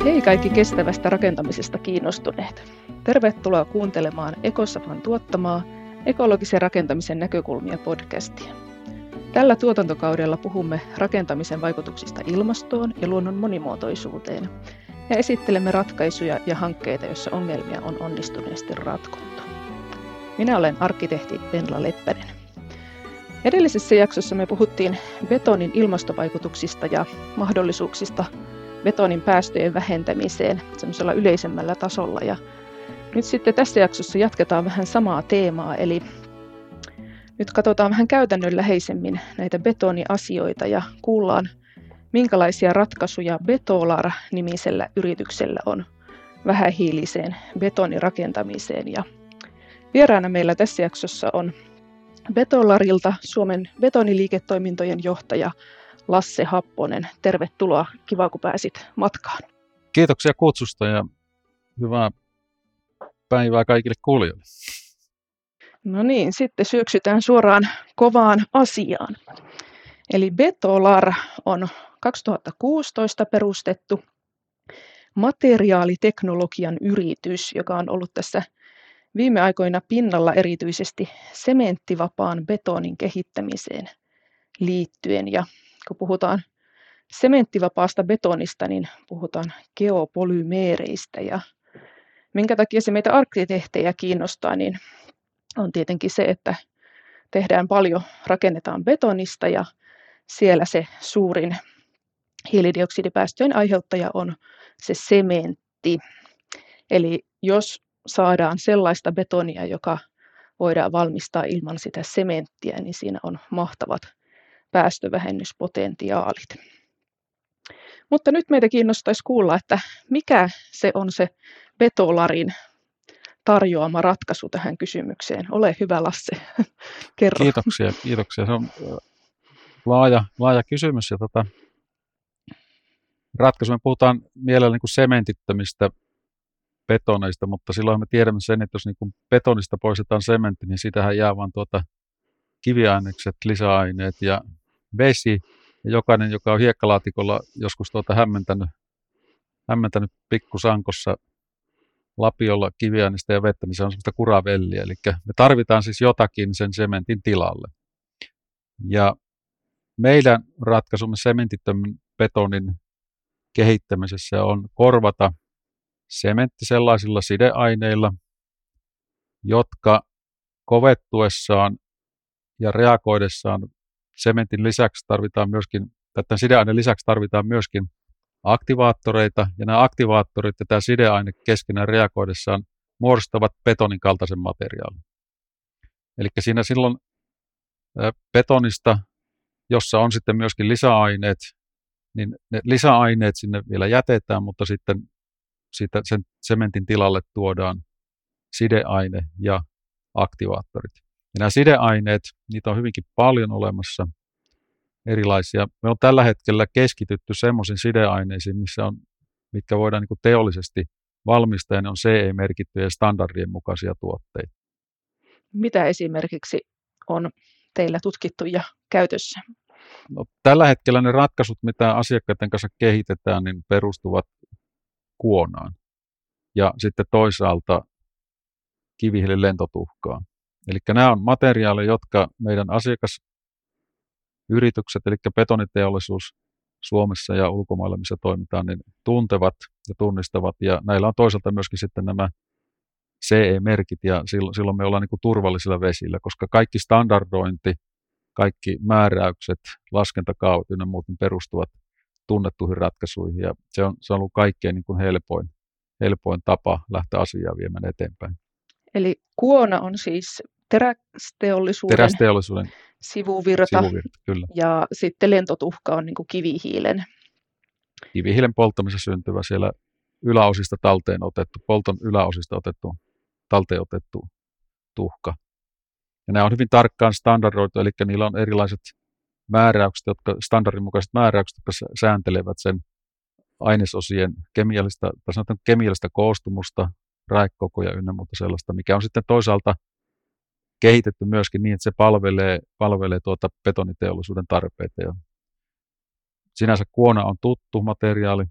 Hei kaikki kestävästä rakentamisesta kiinnostuneet. Tervetuloa kuuntelemaan Ecosafan tuottamaa ekologisen rakentamisen näkökulmia podcastia. Tällä tuotantokaudella puhumme rakentamisen vaikutuksista ilmastoon ja luonnon monimuotoisuuteen ja esittelemme ratkaisuja ja hankkeita, joissa ongelmia on onnistuneesti ratkottu. Minä olen arkkitehti Venla Leppänen. Edellisessä jaksossa me puhuttiin betonin ilmastovaikutuksista ja mahdollisuuksista betonin päästöjen vähentämiseen semmoisella yleisemmällä tasolla. Ja nyt sitten tässä jaksossa jatketaan vähän samaa teemaa, eli nyt katsotaan vähän käytännönläheisemmin näitä betoniasioita ja kuullaan, minkälaisia ratkaisuja Betolar-nimisellä yrityksellä on vähähiiliseen betonirakentamiseen. Ja vieraana meillä tässä jaksossa on Betolarilta Suomen betoniliiketoimintojen johtaja Lasse Happonen. Tervetuloa, kiva kun pääsit matkaan. Kiitoksia kutsusta ja hyvää päivää kaikille kuulijoille. No niin, sitten syöksytään suoraan kovaan asiaan. Eli Betolar on 2016 perustettu materiaaliteknologian yritys, joka on ollut tässä viime aikoina pinnalla erityisesti sementtivapaan betonin kehittämiseen liittyen. Ja kun puhutaan sementtivapaasta betonista, niin puhutaan geopolymeereistä. Ja minkä takia se meitä arkkitehtejä kiinnostaa, niin on tietenkin se, että tehdään paljon, rakennetaan betonista ja siellä se suurin hiilidioksidipäästöjen aiheuttaja on se sementti. Eli jos saadaan sellaista betonia, joka voidaan valmistaa ilman sitä sementtiä, niin siinä on mahtavat päästövähennyspotentiaalit. Mutta nyt meitä kiinnostaisi kuulla, että mikä se on se Betolarin tarjoama ratkaisu tähän kysymykseen. Ole hyvä, Lasse, kerro. Kiitoksia. Se on laaja kysymys. Ja ratkaisu, me puhutaan mielellä niin kuin sementittömistä betoneista, mutta silloin me tiedämme sen, että jos niin kuin betonista poistetaan sementti, niin siitähän jää vain kiviainekset, lisäaineet ja vesi. Ja jokainen, joka on hiekkalaatikolla joskus hämmentänyt pikkusankossa lapiolla kiviaineista ja vettä, niin se on semmoista kuravelliä. Eli me tarvitaan siis jotakin sen sementin tilalle. Ja meidän ratkaisumme sementittömän betonin kehittämisessä on korvata sementti sellaisilla sideaineilla, jotka kovettuessaan ja reagoidessaan sementin lisäksi tarvitaan myöskin, tämän sideaineen lisäksi tarvitaan myöskin aktivaattoreita, ja nämä aktivaattorit ja tämä sideaine keskenään reagoidessaan muodostavat betonin kaltaisen materiaalin. Eli siinä silloin betonista, jossa on sitten myöskin lisäaineet, niin ne lisäaineet sinne vielä jätetään, mutta sitten sen sementin tilalle tuodaan sideaine ja aktivaattorit. Ja nämä sideaineet, niitä on hyvinkin paljon olemassa erilaisia. Me on tällä hetkellä keskitytty semmoisiin sideaineisiin, mitkä voidaan niin kuin teollisesti valmistaa, ja ne on CE-merkittyjä standardien mukaisia tuotteita. Mitä esimerkiksi on teillä tutkittu ja käytössä? No, tällä hetkellä ne ratkaisut, mitä asiakkaiden kanssa kehitetään, niin perustuvat kuonaan ja sitten toisaalta kivihiilen lentotuhkaan. Eli nämä on materiaaleja, jotka meidän asiakasyritykset, eli betoniteollisuus Suomessa ja ulkomailla, missä toimitaan, niin tuntevat ja tunnistavat. Ja näillä on toisaalta myöskin sitten nämä CE-merkit, ja silloin me ollaan niin kuin turvallisilla vesillä, koska kaikki standardointi, kaikki määräykset, laskentakaavat ynnä muut perustuvat tunnettuihin ratkaisuihin, ja se on ollut kaikkein niin kuin helpoin tapa lähteä asiaa viemään eteenpäin. Eli kuona on siis terästeollisuuden sivuvirta, kyllä. Ja sitten lentotuhka on niin kuin kivihiilen polttamisessa syntyvä siellä yläosista talteen otettu, polton yläosista talteen otettu tuhka. Ja nämä on hyvin tarkkaan standardoitu, eli niillä on erilaiset määräykset, standardin mukaiset määräykset, jotka sääntelevät sen ainesosien kemiallista koostumusta, raekokoja ynnä muuta sellaista, mikä on sitten toisaalta kehitetty myöskin niin, että se palvelee betoniteollisuuden tarpeita. Ja sinänsä kuona on tuttu materiaali,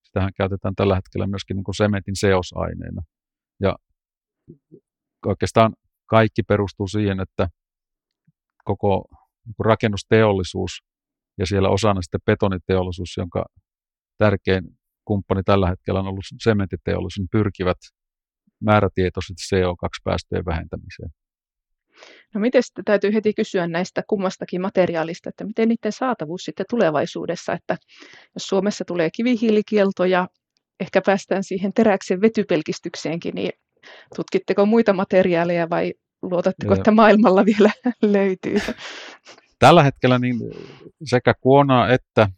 Sitähän käytetään tällä hetkellä myöskin niin kuin sementin seosaineena. Ja oikeastaan kaikki perustuu siihen, että koko niin kuin rakennusteollisuus ja siellä osana sitten betoniteollisuus, jonka tärkein kumppani tällä hetkellä on ollut sementiteollisuus, niin pyrkivät määrätietoisesti CO2-päästöjen vähentämiseen. No miten sitten täytyy heti kysyä näistä kummastakin materiaalista, että miten niiden saatavuus sitten tulevaisuudessa, että jos Suomessa tulee kivihiilikielto ja ehkä päästään siihen teräksen vetypelkistykseenkin, niin tutkitteko muita materiaaleja vai luotatteko, että maailmalla vielä löytyy? Tällä hetkellä niin sekä kuonaa että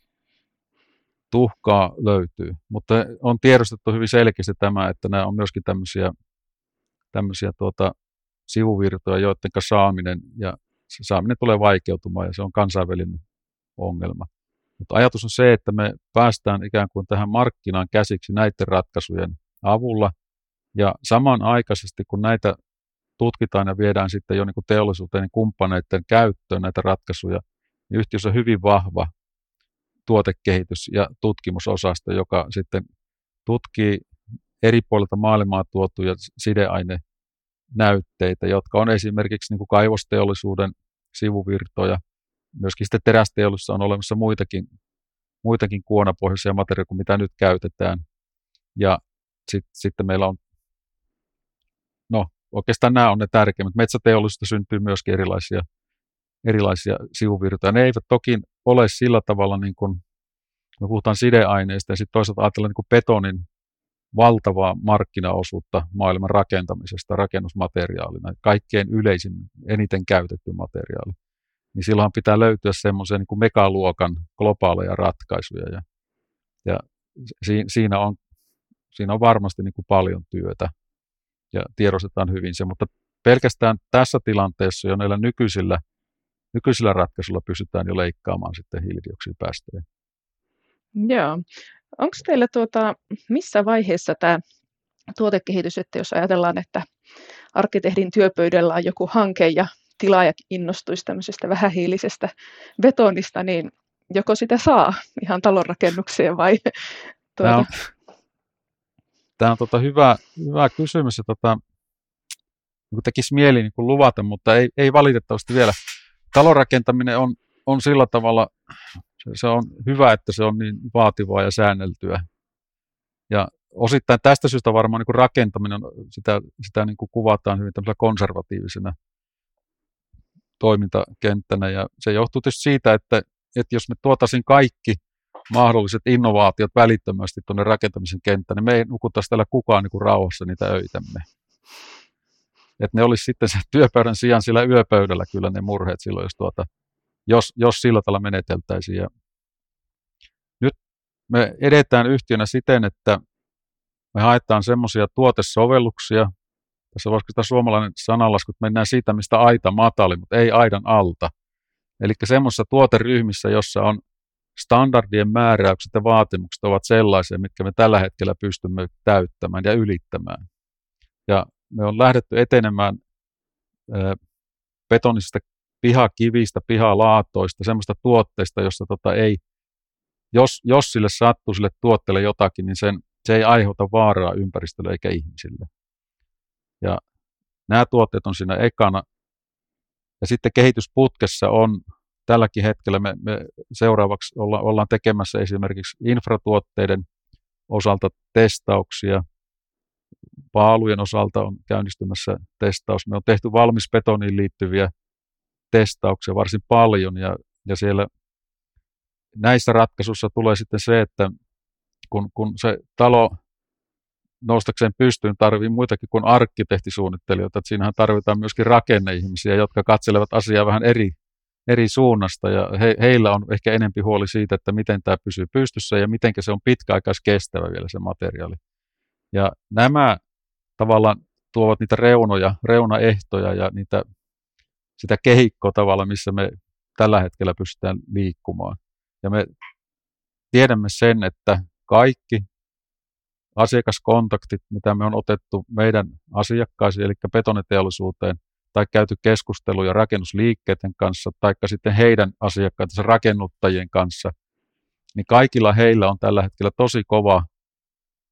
tuhkaa löytyy, mutta on tiedostettu hyvin selkeästi tämä, että nämä on myöskin tämmöisiä sivuvirtoja, joiden saaminen tulee vaikeutumaan ja se on kansainvälinen ongelma. Mutta ajatus on se, että me päästään ikään kuin tähän markkinaan käsiksi näiden ratkaisujen avulla ja samanaikaisesti kun näitä tutkitaan ja viedään sitten jo niin kuin teollisuuteen niin kumppaneiden käyttöön näitä ratkaisuja, niin yhtiössä on hyvin vahva tuotekehitys- ja tutkimusosasto, joka sitten tutkii eri puolilta maailmaa tuotuja sideainenäytteitä, jotka on esimerkiksi niin kuin kaivosteollisuuden sivuvirtoja. Myöskin sitten terästeollisuudessa on olemassa muitakin kuonapohjaisia materiaaleja kuin mitä nyt käytetään. Ja sitten meillä on, oikeastaan nämä on ne tärkeimmät. Metsäteollisuudesta syntyy myöskin erilaisia sivuvirtoja. Ne eivät toki ole sillä tavalla, niin kuin me puhutaan sideaineista ja sitten toisaalta ajatellaan niin kuin betonin valtavaa markkinaosuutta maailman rakentamisesta rakennusmateriaalina, kaikkein eniten käytetty materiaali. Niin silloinhan pitää löytyä semmoisia niin kuin megaluokan globaaleja ratkaisuja ja siinä on varmasti niin kuin paljon työtä ja tiedostetaan hyvin se, mutta pelkästään tässä tilanteessa jo näillä nykyisillä ratkaisuilla pystytään jo leikkaamaan sitten hiilidioksidipäästöjä. Joo. Onko teillä missä vaiheessa tämä tuotekehitys, että jos ajatellaan, että arkkitehdin työpöydällä on joku hanke ja tilaaja innostuisi tämmöisestä vähähiilisestä betonista, niin joko sitä saa ihan talonrakennukseen vai? Tämä on hyvä kysymys ja niin tekisi mieli niin luvata, mutta ei valitettavasti vielä. Talonrakentaminen on sillä tavalla, se on hyvä, että se on niin vaativaa ja säänneltyä. Ja osittain tästä syystä varmaan niin rakentaminen, sitä niin kuvataan hyvin tämmöisellä konservatiivisena toimintakenttänä. Ja se johtuu tietysti siitä, että jos me tuotaisiin kaikki mahdolliset innovaatiot välittömästi tuonne rakentamisen kenttään, niin me ei nukuttaisi täällä kukaan niin rauhassa niitä öitämme. Että ne olisi sitten se työpöydän sijaan sillä yöpöydällä kyllä ne murheet silloin, jos sillä tavalla meneteltäisiin. Ja nyt me edetään yhtiönä siten, että me haetaan semmoisia tuotesovelluksia, tässä voisiko sitä suomalainen sananlasku, että mennään siitä, mistä aita matali, mutta ei aidan alta. Eli semmoisissa tuoteryhmissä, jossa on standardien määräykset ja vaatimukset ovat sellaisia, mitkä me tällä hetkellä pystymme täyttämään ja ylittämään. Ja me on lähdetty etenemään betonisista pihakivistä, pihalaatoista, semmoista tuotteista, jossa jos sille sattuu sille tuotteelle jotakin, niin se ei aiheuta vaaraa ympäristölle eikä ihmisille. Ja nämä tuotteet on siinä ekana. Ja sitten kehitysputkessa on tälläkin hetkellä me seuraavaksi ollaan tekemässä esimerkiksi infratuotteiden osalta testauksia. Paalujen osalta on käynnistymässä testaus. Me on tehty valmis betoniin liittyviä testauksia varsin paljon ja siellä näissä ratkaisuissa tulee sitten se, että kun se talo noustakseen pystyyn tarvii muitakin kuin arkkitehtisuunnittelijoita, että siinähän tarvitaan myöskin rakenneihmisiä, jotka katselevat asiaa vähän eri suunnasta ja heillä on ehkä enempi huoli siitä, että miten tämä pysyy pystyssä ja miten se on pitkäaikaiskestävä vielä se materiaali. Ja nämä tavallaan tuovat niitä reunaehtoja ja sitä kehikkoa tavalla, missä me tällä hetkellä pystytään liikkumaan. Ja me tiedämme sen, että kaikki asiakaskontaktit, mitä me on otettu meidän asiakkaisiin, eli betoniteollisuuteen, tai käyty keskusteluja rakennusliikkeiden kanssa, tai sitten heidän asiakkaitensa rakennuttajien kanssa, niin kaikilla heillä on tällä hetkellä tosi kova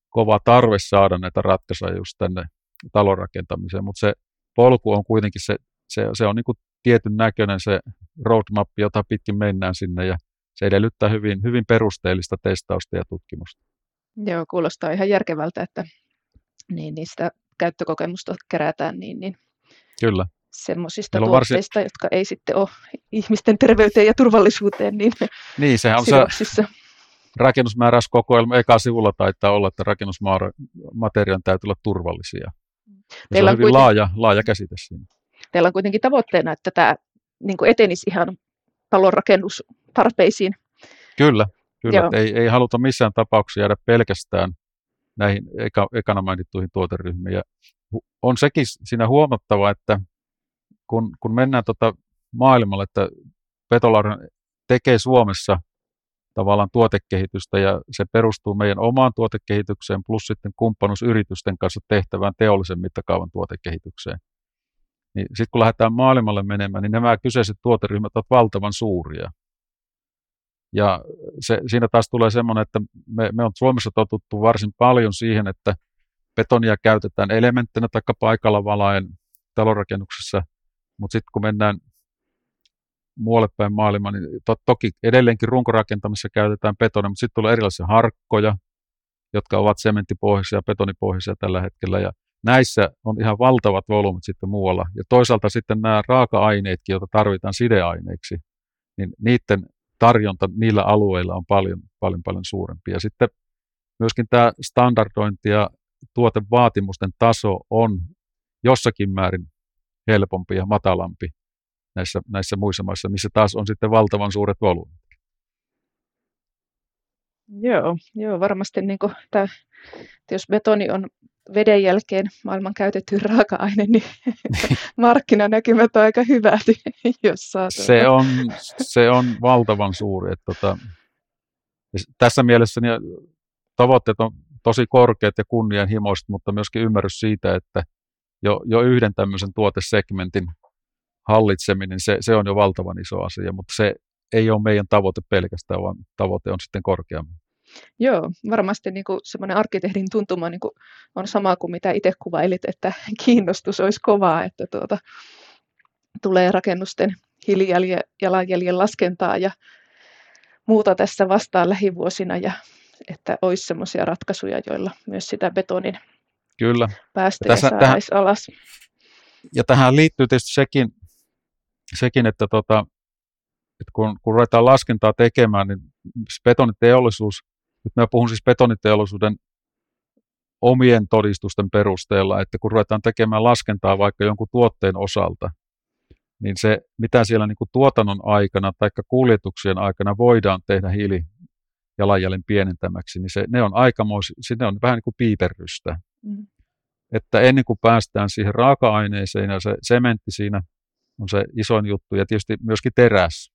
kova tarve saada näitä ratkaisuja just tänne talon rakentamiseen, mutta se polku on kuitenkin se on niin kuin tietyn näköinen se roadmap, jota pitkin mennään sinne, ja se edellyttää hyvin, hyvin perusteellista testausta ja tutkimusta. Joo, kuulostaa ihan järkevältä, että sitä käyttökokemusta kerätään niin Kyllä. Semmoisista tuotteista, jotka ei sitten ole ihmisten terveyteen ja turvallisuuteen niin sehän on sidoksissa. Se rakennusmääräyskokoelma eka sivulla taitaa olla, että rakennusmateriaalien täytyy olla turvallisia. Se on hyvin laaja käsite siinä. Teillä on kuitenkin tavoitteena, että tämä niin kuin etenisi ihan talon rakennustarpeisiin. Kyllä. Ei haluta missään tapauksessa jäädä pelkästään näihin ekana mainittuihin tuoteryhmiin. Ja on sekin siinä huomattava, että kun mennään maailmalle, että Betolar tekee Suomessa tavallaan tuotekehitystä ja se perustuu meidän omaan tuotekehitykseen plus sitten kumppanuusyritysten kanssa tehtävään teollisen mittakaavan tuotekehitykseen. Niin sitten kun lähdetään maailmalle menemään, niin nämä kyseiset tuoteryhmät ovat valtavan suuria. Ja siinä taas tulee semmoinen, että me on Suomessa totuttu varsin paljon siihen, että betonia käytetään elementtinä tai paikalla valaen talonrakennuksessa, mutta sitten kun mennään muualle päin maailmaa, niin toki edelleenkin runkorakentamisessa käytetään betonia, mutta sitten tulee erilaisia harkkoja, jotka ovat sementtipohjaisia ja betonipohjaisia tällä hetkellä, ja näissä on ihan valtavat volyymit sitten muualla. Ja toisaalta sitten nämä raaka-aineetkin, joita tarvitaan sideaineiksi, niin niiden tarjonta niillä alueilla on paljon suurempi. Ja sitten myöskin tämä standardointi ja tuotevaatimusten taso on jossakin määrin helpompi ja matalampi näissä muissa maissa, missä taas on sitten valtavan suuret volyymit. Joo, varmasti jos betoni on veden jälkeen maailman käytetty raaka-aine, niin markkinanäkymät on aika hyvät, jos saa. Se on valtavan suuri. Tässä mielessä niin tavoitteet on tosi korkeat ja kunnianhimoiset, mutta myöskin ymmärrys siitä, että jo yhden tämmöisen tuotesegmentin hallitseminen, se on jo valtavan iso asia, mutta se ei ole meidän tavoite pelkästään, vaan tavoite on sitten korkeammin. Joo, varmasti semmoinen arkkitehdin tuntuma on sama kuin mitä itse kuvailit, että kiinnostus olisi kovaa, että tulee rakennusten hiilijalanjäljen laskentaa ja muuta tässä vastaan lähivuosina, ja että olisi semmoisia ratkaisuja, joilla myös sitä betonin päästöjä saataisiin alas. Ja tähän liittyy tietysti sekin että kun ruvetaan laskentaa tekemään, niin betoniteollisuus, nyt mä puhun siis betoniteollisuuden omien todistusten perusteella, että kun ruvetaan tekemään laskentaa vaikka jonkun tuotteen osalta, niin se, mitä siellä niin kuin tuotannon aikana tai kuljetuksien aikana voidaan tehdä hiilijalanjäljen pienentämäksi, niin ne on ne on vähän niin kuin piiperrystä. Että ennen kuin päästään siihen raaka-aineeseen, ja se sementti siinä on se isoin juttu, ja tietysti myöskin teräs.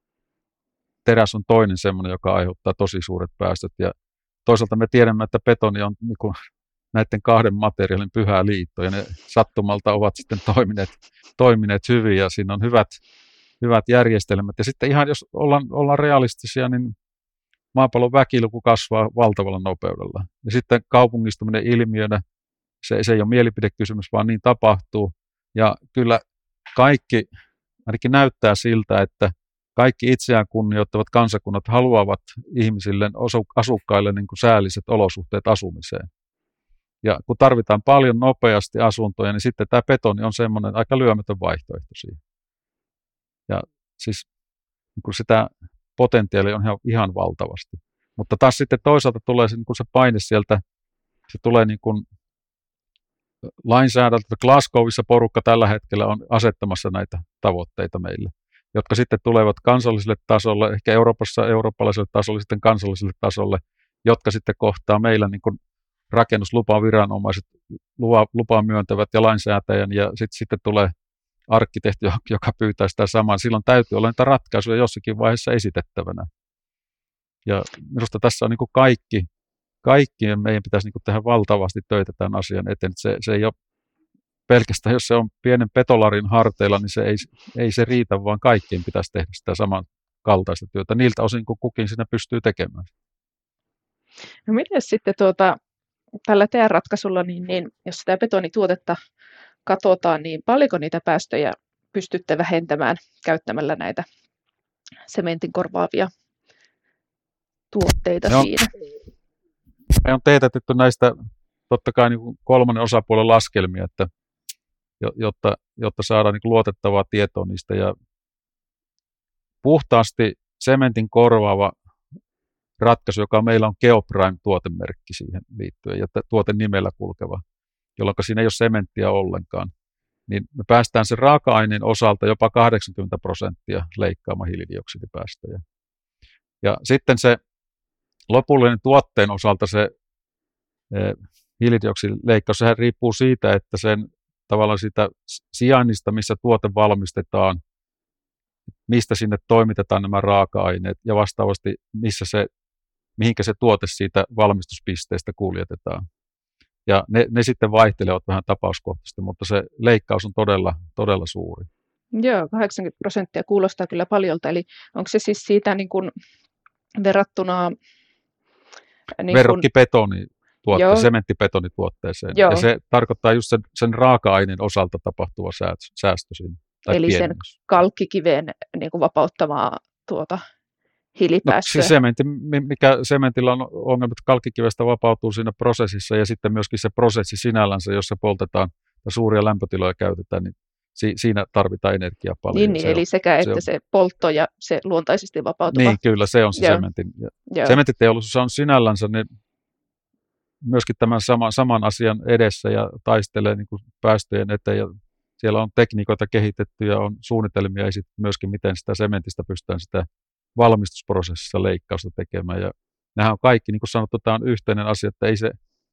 Teräs on toinen semmoinen, joka aiheuttaa tosi suuret päästöt, ja toisaalta me tiedämme, että betoni on niin kuin näiden kahden materiaalin pyhä liitto, ja ne sattumalta ovat sitten toimineet hyvin, ja siinä on hyvät järjestelmät. Ja sitten ihan jos ollaan realistisia, niin maapallon väkiluku kasvaa valtavalla nopeudella. Ja sitten kaupungistuminen ilmiönä, se ei ole mielipidekysymys, vaan niin tapahtuu. Ja kyllä kaikki, ainakin näyttää siltä, että kaikki itseään kunnioittavat kansakunnat haluavat ihmisille, asukkaille niin kuin säälliset olosuhteet asumiseen. Ja kun tarvitaan paljon nopeasti asuntoja, niin sitten tämä betoni on semmoinen aika lyömätön vaihtoehto siihen. Ja siis niin kuin sitä potentiaalia on ihan valtavasti. Mutta taas sitten toisaalta tulee se, niin kuin se paine sieltä, se tulee niin kuin lainsäädäntö. Glasgowissa porukka tällä hetkellä on asettamassa näitä tavoitteita meille, jotka sitten tulevat kansalliselle tasolle, ehkä eurooppalaiselle tasolle, sitten kansalliselle tasolle, jotka sitten kohtaa meillä niin kuin rakennuslupaviranomaiset, lupaa myöntävät ja lainsäätäjän, ja sitten tulee arkkitehti, joka pyytää sitä samaa. Silloin täytyy olla niitä ratkaisuja jossakin vaiheessa esitettävänä. Ja minusta tässä on niin kuin kaikkien meidän pitäisi niin kuin tehdä valtavasti töitä tämän asian eteen. Se ei ole pelkästään, jos se on pienen Betolarin harteilla, niin ei se riitä, vaan kaikkien pitäisi tehdä sitä samankaltaista työtä. Niiltä osin, kun kukin siinä pystyy tekemään. No miten sitten tällä teidän ratkaisulla, niin jos sitä betonituotetta katsotaan, niin paljonko niitä päästöjä pystytte vähentämään käyttämällä näitä sementin korvaavia tuotteita siinä? Me on teetätetty näistä totta kai niin kuin kolmannen osapuolen laskelmia, että jotta saadaan niin kuin luotettavaa tietoa niistä. Ja puhtaasti sementin korvaava ratkaisu, joka meillä on Geoprime-tuotemerkki siihen liittyen ja tuoten nimellä kulkeva, jolloin siinä ei ole sementtiä ollenkaan, niin me päästään sen raaka-aineen osalta jopa 80% leikkaamaan hiilidioksidipäästöjä. Ja sitten se lopullinen tuotteen osalta se hiilidioksidileikkaus, sehän riippuu siitä, että sen tavallaan siitä sijainnista, missä tuote valmistetaan, mistä sinne toimitetaan nämä raaka-aineet ja vastaavasti mihinkä se tuote siitä valmistuspisteestä kuljetetaan. Ja ne sitten vaihtelevat vähän tapauskohtaisesti, mutta se leikkaus on todella, todella suuri. Joo, 80% kuulostaa kyllä paljolta. Eli onko se siis siitä niin kuin verrattuna... sementtibetonituotteeseen. Joo. Ja se tarkoittaa just sen raaka-aineen osalta tapahtuva säästö siinä. Eli pienennys. Sen kalkkikiveen niin kuin vapauttamaa hiilipäästöä. Mikä sementillä on ongelma, että kalkkikivestä vapautuu siinä prosessissa ja sitten myöskin se prosessi sinällänsä, jossa poltetaan ja suuria lämpötiloja käytetään, niin siinä tarvitaan energiaa paljon. Niin eli sekä että se poltto ja se luontaisesti vapautuva. Niin, kyllä, se on se sementin. Sementiteollisuus on sinällänsä niin myöskin tämän saman asian edessä ja taistelee niin kuin päästöjen eteen. Ja siellä on tekniikoita kehitetty ja on suunnitelmia ja sitten myöskin, miten sitä sementistä pystytään sitä valmistusprosessissa leikkausta tekemään. Ja nämä on kaikki, niin kuin sanottu, tämä on yhteinen asia, että ei se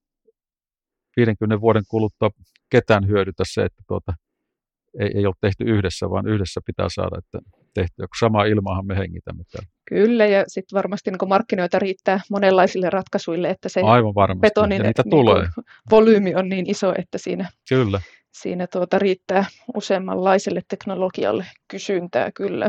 50 vuoden kuluttua ketään hyödytä se, että ei ole tehty yhdessä, vaan yhdessä pitää saada että tehtyä, kun samaa ilmaahan me hengitämme täällä. Kyllä, ja sitten varmasti niin markkinoita riittää monenlaisille ratkaisuille, että se betonin volyymi on niin iso, että siinä riittää useammanlaiselle teknologialle kysyntää kyllä.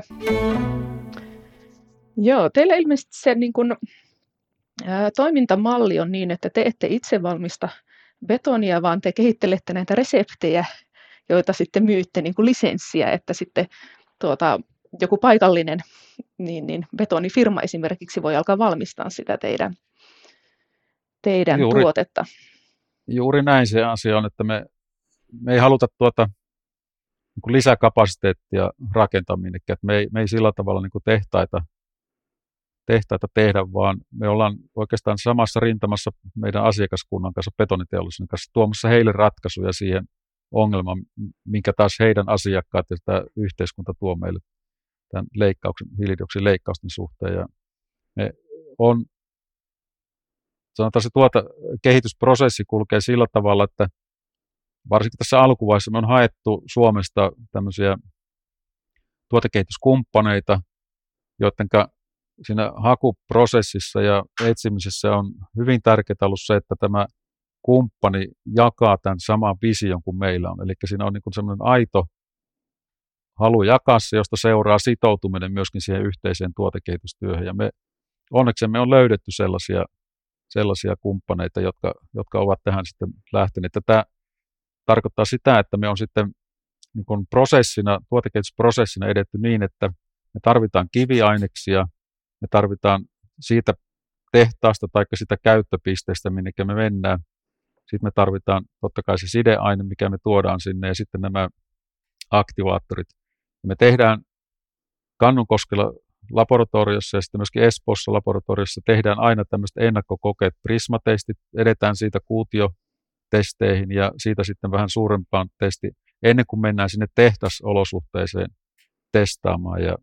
Joo, teillä ilmeisesti se niin kuin, toimintamalli on niin, että te ette itse valmista betonia, vaan te kehittelette näitä reseptejä, joita sitten myytte niin kuin lisenssiä, että sitten joku paikallinen niin betonifirma esimerkiksi voi alkaa valmistaa sitä teidän tuotetta. Juuri näin se asia on, että me ei haluta niin kuin lisäkapasiteettia rakentaminen, että me ei sillä tavalla niin kuin tehtaita tehdä, vaan me ollaan oikeastaan samassa rintamassa meidän asiakaskunnan kanssa, betoniteollisuuden kanssa, tuomassa heille ratkaisuja siihen ongelmaan, minkä taas heidän asiakkaat ja tämä yhteiskunta tuo meille tämän hiilidioksidin leikkausten suhteen. Ja me on, sanotaan se kehitysprosessi kulkee sillä tavalla, että varsinkin tässä alkuvaiheessa me on haettu Suomesta tämmöisiä tuotekehityskumppaneita, joiden siinä hakuprosessissa ja etsimisessä on hyvin tärkeää ollut se, että tämä kumppani jakaa tämän saman vision kuin meillä on. Eli siinä on niin kuin semmoinen aito halu jakaa se, josta seuraa sitoutuminen myöskin siihen yhteiseen tuotekehitystyöhön. Ja onneksi me on löydetty sellaisia kumppaneita, jotka ovat tähän sitten lähteneet. Tämä tarkoittaa sitä, että me on sitten niin kuin tuotekehitysprosessina edetty niin, että me tarvitaan kiviaineksia, me tarvitaan siitä tehtaasta tai sitä käyttöpisteestä, minne me mennään. Sitten me tarvitaan totta kai se sideaine, mikä me tuodaan sinne, ja sitten nämä aktivaattorit. Me tehdään Kannonkoskella laboratoriossa ja sitten myöskin Espoossa laboratoriossa tehdään aina tämmöiset ennakkokokeet, prismatestit, edetään siitä kuutiotesteihin ja siitä sitten vähän suurempaan testiin, ennen kuin mennään sinne tehdasolosuhteeseen testaamaan. Ja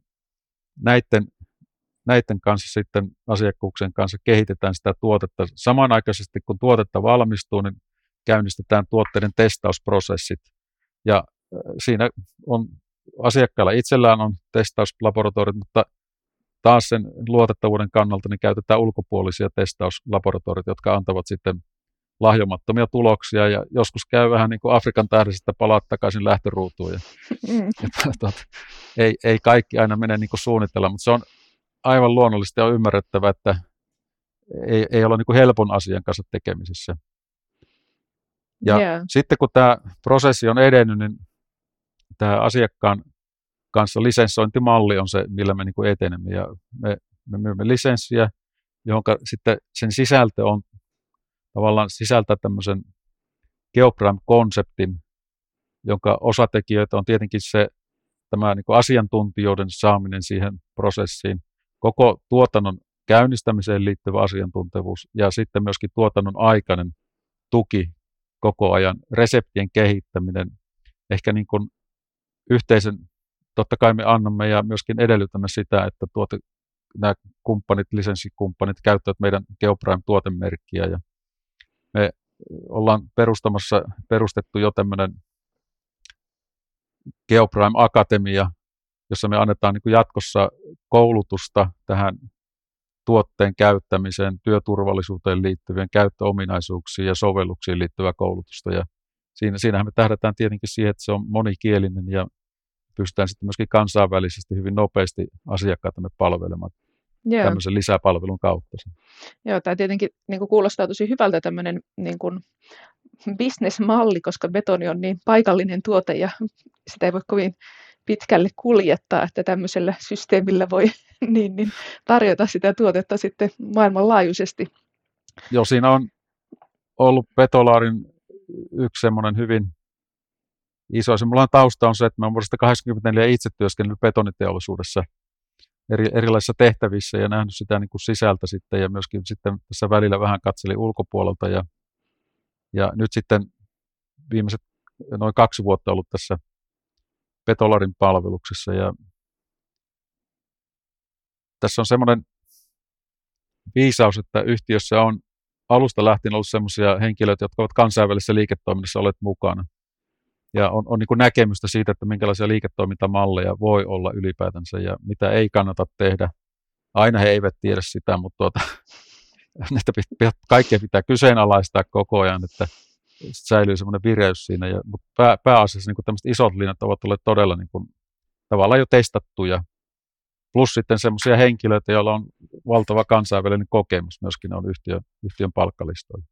näiden kanssa sitten asiakkuuksien kanssa kehitetään sitä tuotetta. Samanaikaisesti kun tuotetta valmistuu, niin käynnistetään tuotteiden testausprosessit. Ja siinä on asiakkailla itsellään on testauslaboratoriot, mutta taas sen luotettavuuden kannalta niin käytetään ulkopuolisia testauslaboratorioita, jotka antavat sitten lahjomattomia tuloksia. Ja joskus käy vähän niin kuin Afrikan tähdessä, palaat takaisin lähtöruutuun. Ei kaikki aina mene niin kuin suunnitellaan, mutta se on aivan luonnollisesti ja ymmärrettävä, että ei olla niin kuin helpon asian kanssa tekemisissä. Ja sitten kun tämä prosessi on edennyt, niin tämä asiakkaan kanssa lisenssointimalli on se, millä me niin kuin etenemme. Ja me myymme lisenssiä, johon sitten sen sisältö on tavallaan sisältää tämmöisen Geoprime-konseptin, jonka osatekijöitä on tietenkin tämä niin kuin asiantuntijoiden saaminen siihen prosessiin, koko tuotannon käynnistämiseen liittyvä asiantuntevuus ja sitten myöskin tuotannon aikainen tuki koko ajan, reseptien kehittäminen, ehkä niin kuin yhteisen, totta kai me annamme ja myöskin edellytämme sitä, että nämä kumppanit, lisenssikumppanit käyttävät meidän Geoprime-tuotemerkkiä ja me ollaan perustettu jo tämmöinen Geoprime Akatemia, jossa me annetaan niin kuin jatkossa koulutusta tähän tuotteen käyttämiseen, työturvallisuuteen liittyvien käyttöominaisuuksiin ja sovelluksiin liittyvää koulutusta. Ja siinähän me tähdätään tietenkin siihen, että se on monikielinen ja pystytään sitten myöskin kansainvälisesti hyvin nopeasti asiakkaitamme palvelemaan tämmöisen lisäpalvelun kautta. Joo, tämä tietenkin niin kuin kuulostaa tosi hyvältä tämmöinen niin kuin business-malli, koska betoni on niin paikallinen tuote ja sitä ei voi kovin pitkälle kuljettaa, että tämmöisellä systeemillä voi niin tarjota sitä tuotetta sitten maailmanlaajuisesti. Joo, siinä on ollut Betolaarin yksi semmoinen hyvin iso. Mulla tausta on se, että mä olen vuodesta 1984 itse työskennellyt betoniteollisuudessa erilaisissa tehtävissä ja nähnyt sitä niin kuin sisältä sitten ja myöskin sitten tässä välillä vähän katselin ulkopuolelta ja nyt sitten viimeiset noin 2 vuotta ollut tässä Betolarin palveluksessa ja tässä on semmoinen viisaus, että yhtiössä on alusta lähtien ollut semmoisia henkilöitä, jotka ovat kansainvälisessä liiketoiminnassa olleet mukana. Ja on niin kuin näkemystä siitä, että minkälaisia liiketoimintamalleja voi olla ylipäätänsä ja mitä ei kannata tehdä. Aina he eivät tiedä sitä, mutta kaikkea pitää kyseenalaistaa koko ajan, että säilyy semmoinen vireys siinä. Mutta pääasiassa niin kuin tämmöiset isot linjat ovat olleet todella niin kuin, tavallaan jo testattuja. Plus sitten semmoisia henkilöitä, joilla on valtava kansainvälinen kokemus myöskin on yhtiön palkkalistoilla.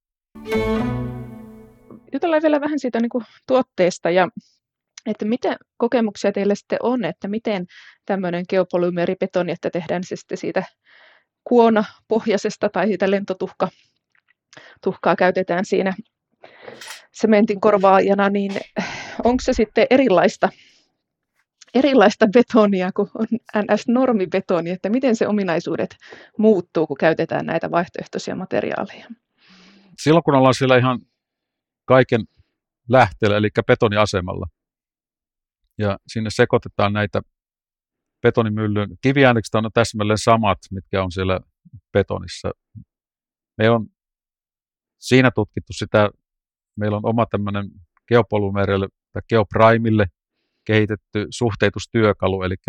Jutellaan vielä vähän siitä niin kuin tuotteesta ja että mitä kokemuksia teillä sitten on, että miten tämmöinen geopolymeeribetoni, että tehdään se sitten siitä kuonapohjaisesta tai siitä lentotuhkaa käytetään siinä sementin korvaajana, niin onko se sitten erilaista betonia kuin on NS-normibetoni, että miten se ominaisuudet muuttuu, kun käytetään näitä vaihtoehtoisia materiaaleja? Silloin kun ollaan siellä ihan kaiken lähteellä, eli betoniasemalla, ja sinne sekoitetaan näitä betonimyllyn. Kiviainekset on täsmälleen samat, mitkä on siellä betonissa. Me on siinä tutkittu sitä, meillä on oma tämmöinen geopolymeerille tai geoprimille kehitetty suhteutustyökalu, eli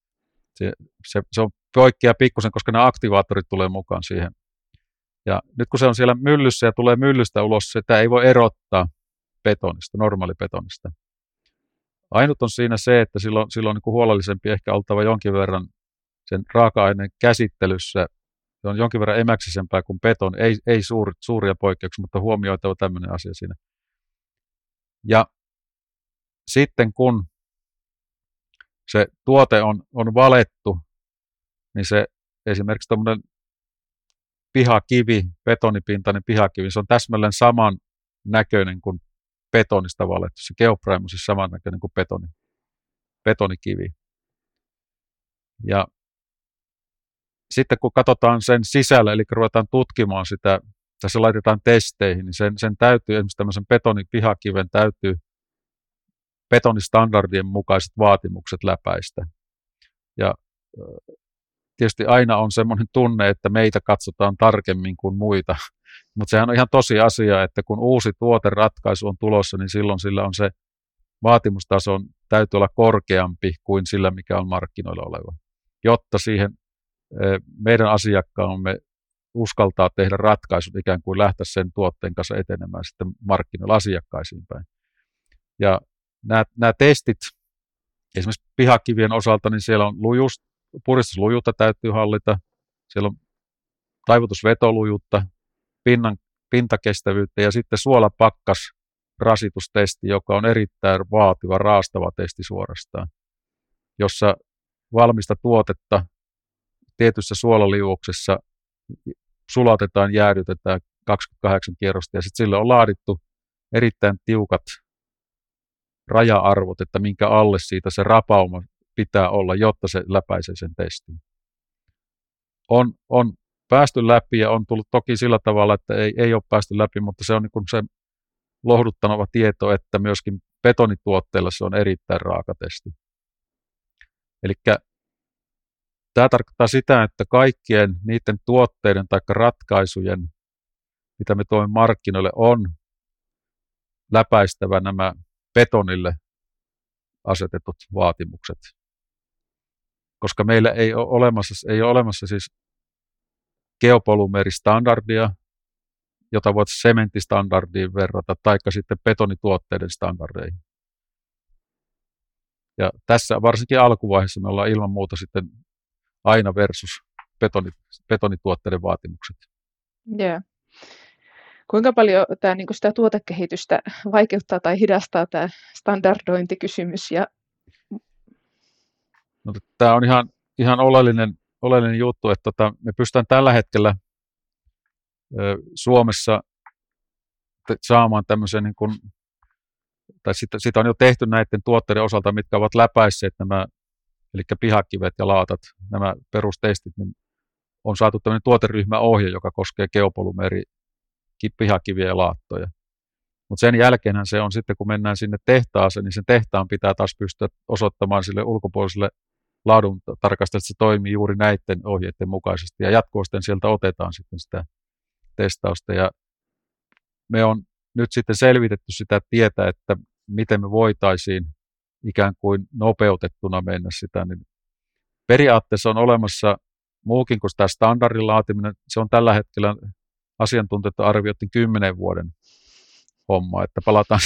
se on poikkeaa pikkusen, koska nämä aktivaattorit tulee mukaan siihen. Ja nyt kun se on siellä myllyssä ja tulee myllystä ulos, sitä ei voi erottaa betonista, normaalibetonista. Ainut on siinä se, että silloin on niin kuin huolellisempi ehkä oltava jonkin verran sen raaka-aineen käsittelyssä. Se on jonkin verran emäksisempää kuin beton, ei suuria poikkeuksia, mutta huomioitava tämmöinen asia siinä. Ja sitten kun se tuote on valettu, niin se esimerkiksi tuommoinen pihakivi, betonipintainen pihakivi, se on täsmälleen saman näköinen kuin betonista valettu. Se geoprime on siis saman näköinen kuin betonikivi. Ja sitten kun katsotaan sen sisällä, eli ruvetaan tutkimaan sitä, tässä laitetaan testeihin, niin sen täytyy, esimerkiksi tämmöisen betonipihakiven täytyy betonistandardien mukaiset vaatimukset läpäistä. Ja tietysti aina on semmoinen tunne, että meitä katsotaan tarkemmin kuin muita, mutta sehän on ihan tosi asia, että kun uusi tuoteratkaisu on tulossa, niin silloin sillä on se vaatimustaso täytyy olla korkeampi kuin sillä, mikä on markkinoilla oleva, jotta siihen meidän asiakkaamme uskaltaa tehdä ratkaisut ikään kuin lähteä sen tuotteen kanssa etenemään sitten markkinoilla asiakkaisiin päin. Ja nämä testit, esimerkiksi pihakivien osalta, niin siellä on puristuslujuutta täytyy hallita, siellä on taivutusvetolujuutta, pintakestävyyttä ja sitten suolapakkas rasitustesti, joka on erittäin vaativa, raastava testi suorastaan, jossa valmista tuotetta tietyssä suolaliuoksessa sulatetaan, jäädytetään 28 kierrosta ja sitten sille on laadittu erittäin tiukat raja-arvot, että minkä alle siitä se rapauma pitää olla, jotta se läpäisee sen testin. On päästy läpi ja on tullut toki sillä tavalla, että ei ole päästy läpi, mutta se on niin kuin se lohduttava tieto, että myöskin betonituotteilla se on erittäin raaka testi. Eli tämä tarkoittaa sitä, että kaikkien niiden tuotteiden tai ratkaisujen, mitä me toimme markkinoille, on läpäistävä nämä betonille asetetut vaatimukset. Koska meillä ei ole olemassa siis geopolymeeristandardia, jota voit sementtistandardiin verrata, taikka sitten betonituotteiden standardeihin. Ja tässä varsinkin alkuvaiheessa me ollaan ilman muuta sitten aina versus betonituotteiden vaatimukset. Yeah. Kuinka paljon tämä, niin kuin sitä tuotekehitystä vaikeuttaa tai hidastaa tämä standardointikysymys? No, tämä on ihan oleellinen juttu, että me pystytään tällä hetkellä Suomessa saamaan tämmöisen, niin kuin, tai sitä on jo tehty näiden tuotteiden osalta, mitkä ovat läpäisseet nämä, eli pihakivet ja laatat, nämä perustestit, niin on saatu tämmöinen tuoteryhmäohje, joka koskee geopolymeeri pihakiviä ja laattoja. Mutta sen jälkeenhän se on sitten, kun mennään sinne tehtaaseen, niin sen tehtaan pitää taas pystyä osoittamaan sille ulkopuoliselle laadun tarkastajille, että se toimii juuri näiden ohjeiden mukaisesti. Ja jatkuvasti sieltä otetaan sitten sitä testausta. Ja me on nyt sitten selvitetty sitä tietä, että miten me voitaisiin ikään kuin nopeutettuna mennä sitä. Niin periaatteessa on olemassa muukin kuin tämä standardin laatiminen. Se on tällä hetkellä asiantuntijat arvioitiin 10 vuoden homma, että palataan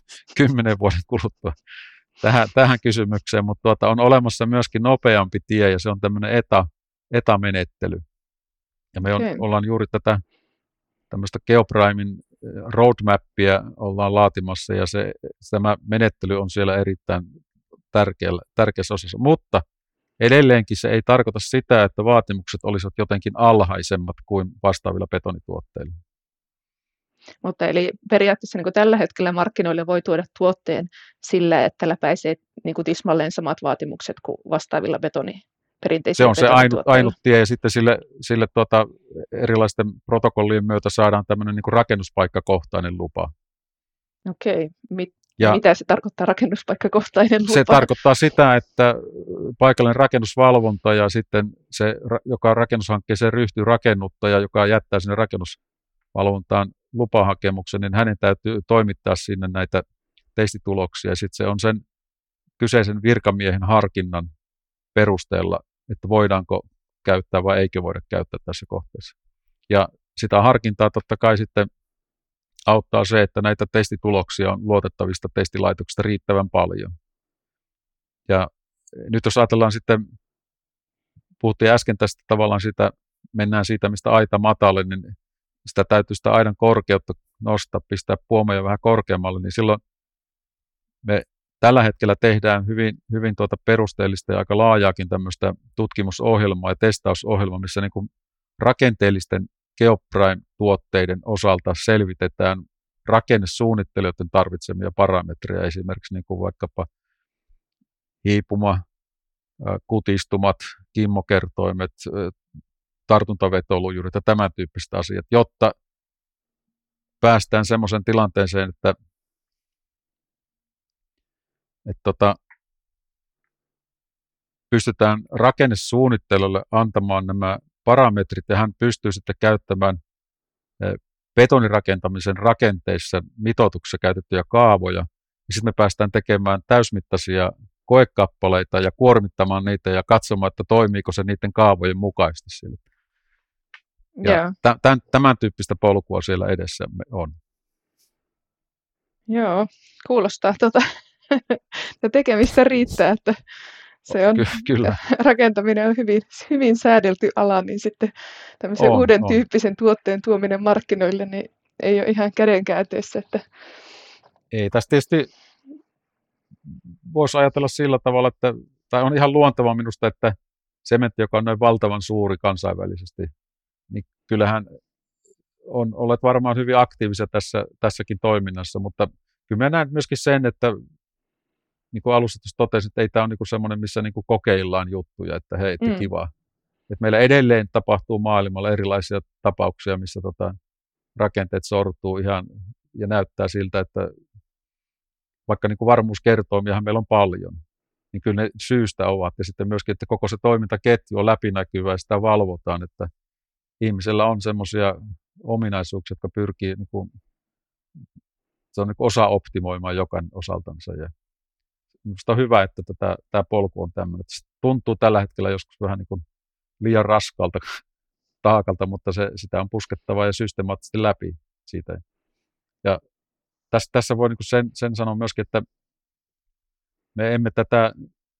10 vuoden kuluttua tähän kysymykseen, mutta on olemassa myöskin nopeampi tie ja se on tämmöinen ETA-menettely. Ja me ollaan juuri tätä tämmöistä Geoprimin roadmappia ollaan laatimassa ja tämä menettely on siellä erittäin tärkeässä osassa, mutta edelleenkin se ei tarkoita sitä, että vaatimukset olisivat jotenkin alhaisemmat kuin vastaavilla betonituotteilla. Mutta eli periaatteessa niin kuin tällä hetkellä markkinoille voi tuoda tuotteen sillä, että läpäisee niin kuin tismalleen samat vaatimukset kuin vastaavilla perinteisillä betonituotteilla. Se on se ainut tie ja sitten sille erilaisten protokollien myötä saadaan tämmöinen niin kuin rakennuspaikkakohtainen lupa. Okei. Mitä se tarkoittaa rakennuspaikkakohtainen lupa? Se tarkoittaa sitä, että paikallinen rakennusvalvonta ja sitten se, joka rakennushankkeeseen ryhtyy rakennuttaja, joka jättää sinne rakennusvalvontaan lupahakemuksen, niin hänen täytyy toimittaa sinne näitä testituloksia. Sitten se on sen kyseisen virkamiehen harkinnan perusteella, että voidaanko käyttää vai eikö voida käyttää tässä kohteessa. Ja sitä harkintaa totta kai sitten auttaa se, että näitä testituloksia on luotettavista testilaitoksista riittävän paljon. Ja nyt jos ajatellaan sitten, puhuttiin äsken tästä tavallaan mennään siitä, mistä aita matalle, niin sitä täytyy sitä aidan korkeutta nostaa, pistää puomeja vähän korkeammalle, niin silloin me tällä hetkellä tehdään hyvin perusteellista ja aika laajaakin tämmöistä tutkimusohjelmaa ja testausohjelmaa, missä niin kuin rakenteellisten Geoprime-tuotteiden osalta selvitetään rakennesuunnittelijoiden tarvitsemia parametreja, esimerkiksi niin kuin vaikkapa hiipuma, kutistumat, kimmokertoimet, tartuntavetolujuudet ja tämän tyyppiset asiat, jotta päästään semmoisen tilanteeseen, että pystytään rakennesuunnittelulle antamaan nämä parametrit ja hän pystyy sitten käyttämään betonirakentamisen rakenteissa mitoituksessa käytettyjä kaavoja. Ja sitten me päästään tekemään täysmittaisia koekappaleita ja kuormittamaan niitä ja katsomaan, että toimiiko se niiden kaavojen mukaisesti siellä. Ja tämän tyyppistä polkua siellä edessä on. Joo, kuulostaa ja tekemistä riittää, että se on, Kyllä. Rakentaminen on hyvin säädelty ala, niin sitten tämmöisen uuden tyyppisen tuotteen tuominen markkinoille niin ei ole ihan kädenkäänteessä. Että Ei, tässä tietysti voisi ajatella sillä tavalla, että tai on ihan luontevaa minusta, että sementti, joka on noin valtavan suuri kansainvälisesti, niin kyllähän olet varmaan hyvin aktiivisia tässäkin toiminnassa, mutta kyllä mä näen myöskin sen, että niin kuin alussa totesin, että ei tämä ole niin kuin semmoinen, missä niin kuin kokeillaan juttuja, että hei, kiva. Että meillä edelleen tapahtuu maailmalla erilaisia tapauksia, missä rakenteet sortuu ihan ja näyttää siltä, että vaikka niin kuin varmuuskertoimiahan meillä on paljon, niin kyllä ne syystä ovat. Ja sitten myöskin, että koko se toimintaketju on läpinäkyvä ja sitä valvotaan, että ihmisellä on semmoisia ominaisuuksia, jotka pyrkii, niin kuin, se on niin kuin osa-optimoimaan jokainen osaltansa. Ja minusta on hyvä, että tämä polku on tämmöinen. Se tuntuu tällä hetkellä joskus vähän niin kuin liian raskalta taakalta, mutta sitä on puskettava ja systemaattisesti läpi siitä. Ja tässä voi niin kuin sen sanoa myöskin, että me emme tätä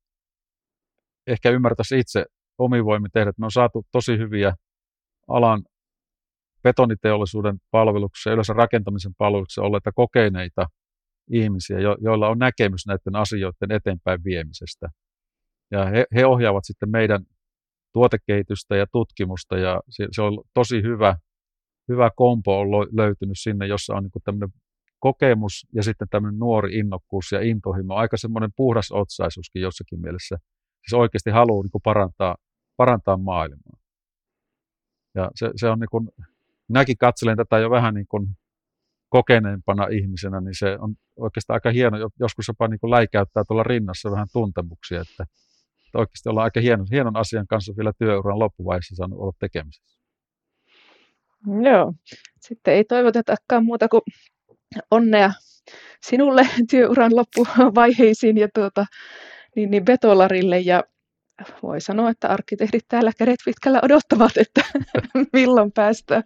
ehkä ymmärtäisi itse omin voimin tehdä. Me on saatu tosi hyviä alan betoniteollisuuden palveluksessa ja yleensä rakentamisen palveluksessa olleita kokeneita ihmisiä, joilla on näkemys näiden asioiden eteenpäin viemisestä. Ja he ohjaavat sitten meidän tuotekehitystä ja tutkimusta, ja se on tosi hyvä kompo on löytynyt sinne, jossa on niin kuin tämmöinen kokemus ja sitten tämmöinen nuori innokkuus ja intohimo, aika semmoinen puhdas otsaisuuskin jossakin mielessä. Siis oikeasti haluaa niin kuin parantaa maailmaa. Ja se on niin kuin, minäkin katselen tätä jo vähän niin kuin kokeneempana ihmisenä, niin se on oikeastaan aika hieno, joskus jopa niin kuin läikäyttää tuolla rinnassa vähän tuntemuksia, että oikeasti ollaan aika hienon asian kanssa vielä työuran loppuvaiheessa saanut olla tekemisessä. Joo, sitten ei toivotetakaan muuta kuin onnea sinulle työuran loppuvaiheisiin ja niin Betolarille, ja voi sanoa, että arkkitehdit täällä kädet pitkällä odottavat, että milloin päästään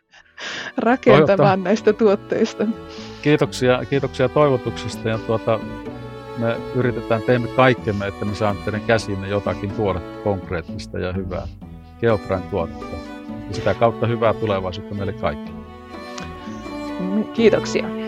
rakentamaan näistä tuotteista. Kiitoksia toivotuksista, ja me teemme kaikkemme, että me saamme teidän käsiinne jotakin tuoda konkreettista ja hyvää Geoprime tuotetta. Ja sitä kautta hyvää tulevaisuutta meille kaikille. Kiitoksia.